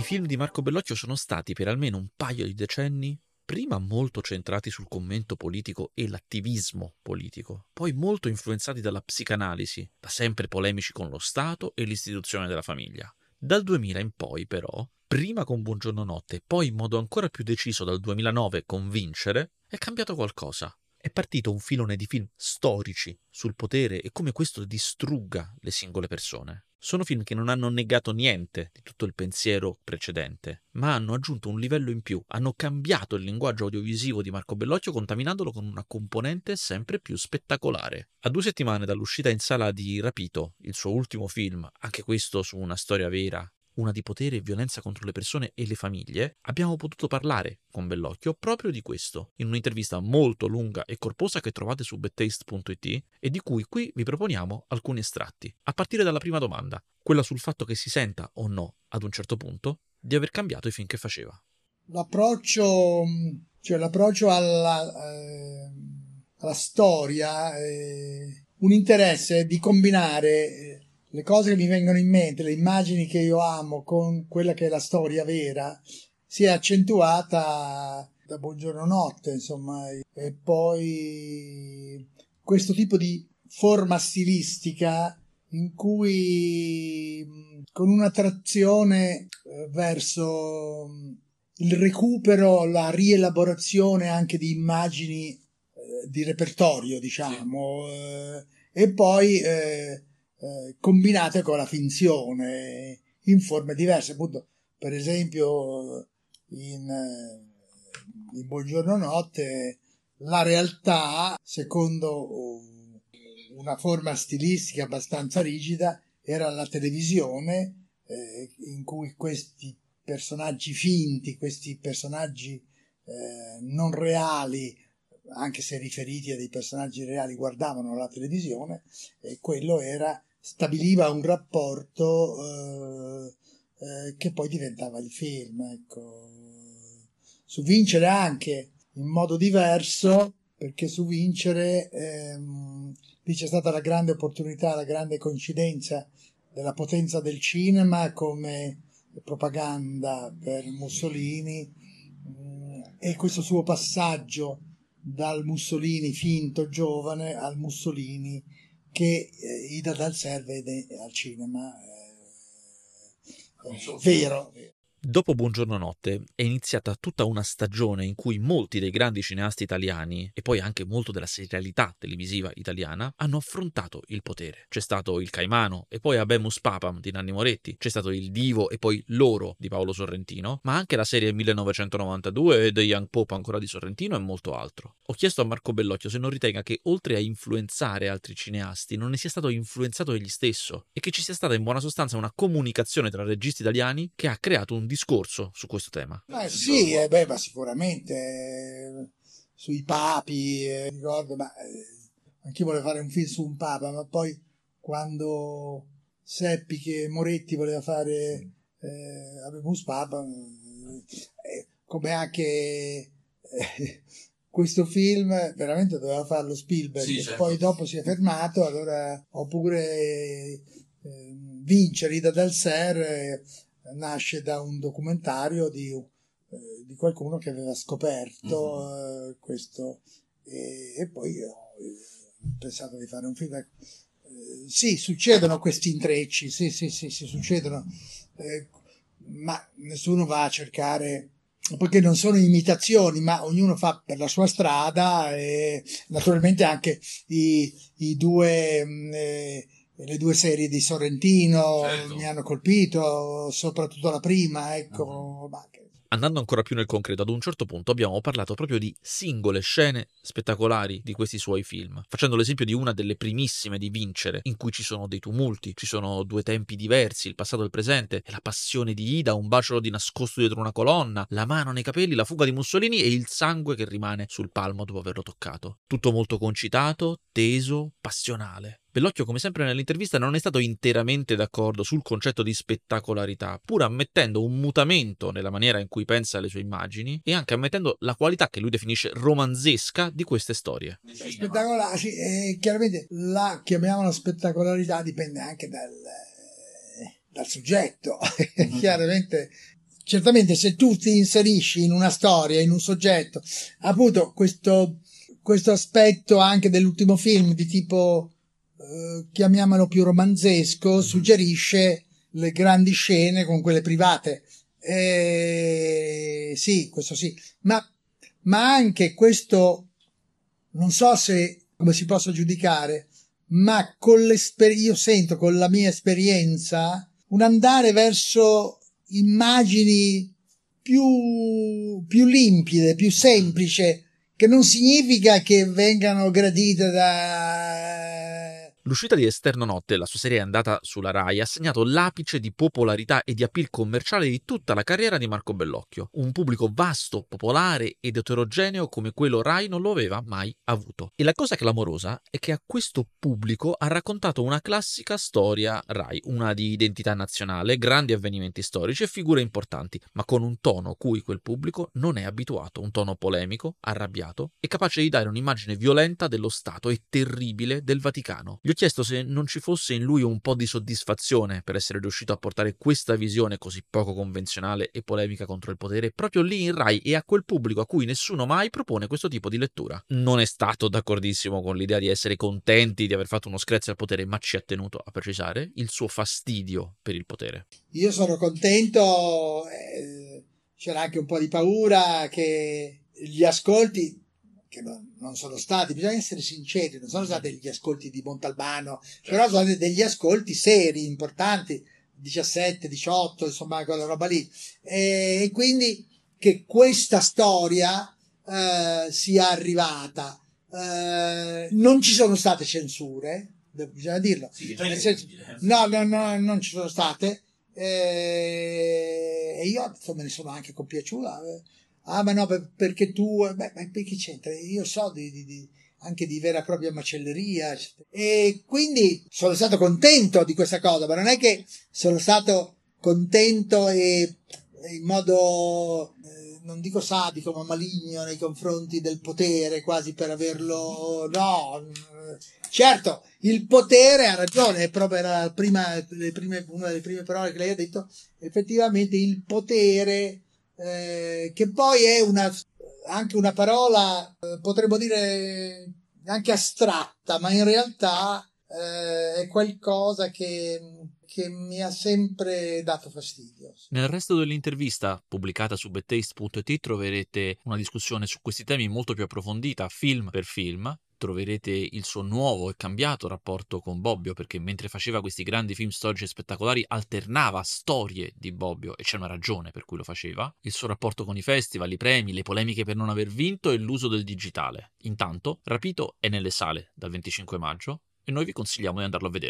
I film di Marco Bellocchio sono stati per almeno un paio di decenni prima molto centrati sul commento politico e l'attivismo politico, poi molto influenzati dalla psicanalisi, da sempre polemici con lo Stato e l'istituzione della famiglia. Dal 2000 in poi, però, prima con Buongiorno Notte, poi in modo ancora più deciso dal 2009 con Vincere, è cambiato qualcosa. È partito un filone di film storici sul potere e come questo distrugga le singole persone. Sono film che non hanno negato niente di tutto il pensiero precedente, ma hanno aggiunto un livello in più, hanno cambiato il linguaggio audiovisivo di Marco Bellocchio contaminandolo con una componente sempre più spettacolare. A 2 settimane dall'uscita in sala di Rapito, il suo ultimo film, anche questo su una storia vera, una di potere e violenza contro le persone e le famiglie, abbiamo potuto parlare con Bellocchio proprio di questo, in un'intervista molto lunga e corposa che trovate su bedtaste.it e di cui qui vi proponiamo alcuni estratti, a partire dalla prima domanda, quella sul fatto che si senta o no, ad un certo punto, di aver cambiato i film che faceva. L'approccio alla storia, un interesse di combinare le cose che mi vengono in mente, le immagini che io amo con quella che è la storia vera, si è accentuata da Buongiorno Notte, insomma, e poi questo tipo di forma stilistica in cui con un'attrazione verso il recupero, la rielaborazione anche di immagini di repertorio, diciamo, e poi combinate con la finzione in forme diverse, appunto, per esempio in Buongiorno Notte la realtà, secondo una forma stilistica abbastanza rigida, era la televisione, in cui questi personaggi finti, questi personaggi non reali, anche se riferiti a dei personaggi reali, guardavano la televisione, e quello stabiliva un rapporto che poi diventava il film. Ecco. Su Vincere anche in modo diverso, perché su Vincere lì c'è stata la grande opportunità, la grande coincidenza della potenza del cinema come propaganda per Mussolini, e questo suo passaggio dal Mussolini finto giovane al Mussolini che Ida Dalser vede al cinema vero. Dopo Buongiorno Notte è iniziata tutta una stagione in cui molti dei grandi cineasti italiani e poi anche molto della serialità televisiva italiana hanno affrontato il potere. C'è stato il Caimano e poi Habemus Papam di Nanni Moretti, c'è stato il Divo e poi Loro di Paolo Sorrentino, ma anche la serie 1992 e The Young Pope ancora di Sorrentino e molto altro. Ho chiesto a Marco Bellocchio se non ritenga che oltre a influenzare altri cineasti non ne sia stato influenzato egli stesso e che ci sia stata in buona sostanza una comunicazione tra registi italiani che ha creato un discorso su questo tema. Sì, ma sicuramente sui papi, ricordo, ma anch'io volevo fare un film su un papa, ma poi quando seppi che Moretti voleva fare Habemus Papam, come anche questo film veramente doveva farlo Spielberg, sì, certo. Poi dopo si è fermato, allora ho pure Vincere, Ida Dalser, nasce da un documentario di qualcuno che aveva scoperto questo, e poi ho pensato di fare un film. Sì, succedono questi intrecci, sì, succedono, ma nessuno va a cercare, perché non sono imitazioni, ma ognuno fa per la sua strada, e naturalmente anche i due le due serie di Sorrentino, certo, mi hanno colpito, soprattutto la prima, ecco. Andando ancora più nel concreto, ad un certo punto abbiamo parlato proprio di singole scene spettacolari di questi suoi film, facendo l'esempio di una delle primissime di Vincere, in cui ci sono dei tumulti, ci sono due tempi diversi, il passato e il presente, e la passione di Ida, un bacio di nascosto dietro una colonna, la mano nei capelli, la fuga di Mussolini e il sangue che rimane sul palmo dopo averlo toccato. Tutto molto concitato, teso, passionale. Bellocchio, come sempre nell'intervista, non è stato interamente d'accordo sul concetto di spettacolarità, pur ammettendo un mutamento nella maniera in cui pensa alle sue immagini e anche ammettendo la qualità che lui definisce romanzesca di queste storie. Spettacolare, sì, chiaramente la chiamiamola spettacolarità dipende anche dal soggetto. Chiaramente certamente se tu ti inserisci in una storia, in un soggetto, appunto questo aspetto anche dell'ultimo film di tipo, chiamiamolo più romanzesco, suggerisce le grandi scene con quelle private. Sì, questo sì, ma anche questo, non so se come si possa giudicare, ma io sento con la mia esperienza un andare verso immagini più limpide, più semplici, che non significa che vengano gradite L'uscita di Esterno Notte, la sua serie andata sulla Rai, ha segnato l'apice di popolarità e di appeal commerciale di tutta la carriera di Marco Bellocchio. Un pubblico vasto, popolare ed eterogeneo come quello Rai non lo aveva mai avuto. E la cosa clamorosa è che a questo pubblico ha raccontato una classica storia Rai, una di identità nazionale, grandi avvenimenti storici e figure importanti, ma con un tono cui quel pubblico non è abituato, un tono polemico, arrabbiato e capace di dare un'immagine violenta dello Stato e terribile del Vaticano. Gli ho chiesto se non ci fosse in lui un po' di soddisfazione per essere riuscito a portare questa visione così poco convenzionale e polemica contro il potere proprio lì in Rai e a quel pubblico a cui nessuno mai propone questo tipo di lettura. Non è stato d'accordissimo con l'idea di essere contenti di aver fatto uno screzio al potere, ma ci ha tenuto a precisare il suo fastidio per il potere. Io sono contento, c'era anche un po' di paura che gli ascolti, che non sono stati, bisogna essere sinceri, non sono stati gli ascolti di Montalbano, però sono stati degli ascolti seri, importanti, 17, 18, insomma quella roba lì, e quindi che questa storia sia arrivata. Non ci sono state censure, bisogna dirlo. Sì, no, non ci sono state, e io insomma, me ne sono anche compiaciuta. Ma no, perché tu, perché c'entra? Io so anche di vera e propria macelleria, e quindi sono stato contento di questa cosa, ma non è che sono stato contento e in modo, non dico sadico, ma maligno nei confronti del potere, quasi per averlo, no. Certo, il potere, ha ragione, proprio era una delle prime parole che lei ha detto, effettivamente il potere, che poi è anche una parola, potremmo dire anche astratta, ma in realtà è qualcosa che mi ha sempre dato fastidio. Nel resto dell'intervista, pubblicata su bedtaste.it, troverete una discussione su questi temi molto più approfondita, film per film. Troverete il suo nuovo e cambiato rapporto con Bobbio, perché mentre faceva questi grandi film storici e spettacolari alternava storie di Bobbio, e c'è una ragione per cui lo faceva, il suo rapporto con i festival, i premi, le polemiche per non aver vinto e l'uso del digitale. Intanto, Rapito è nelle sale dal 25 maggio e noi vi consigliamo di andarlo a vedere.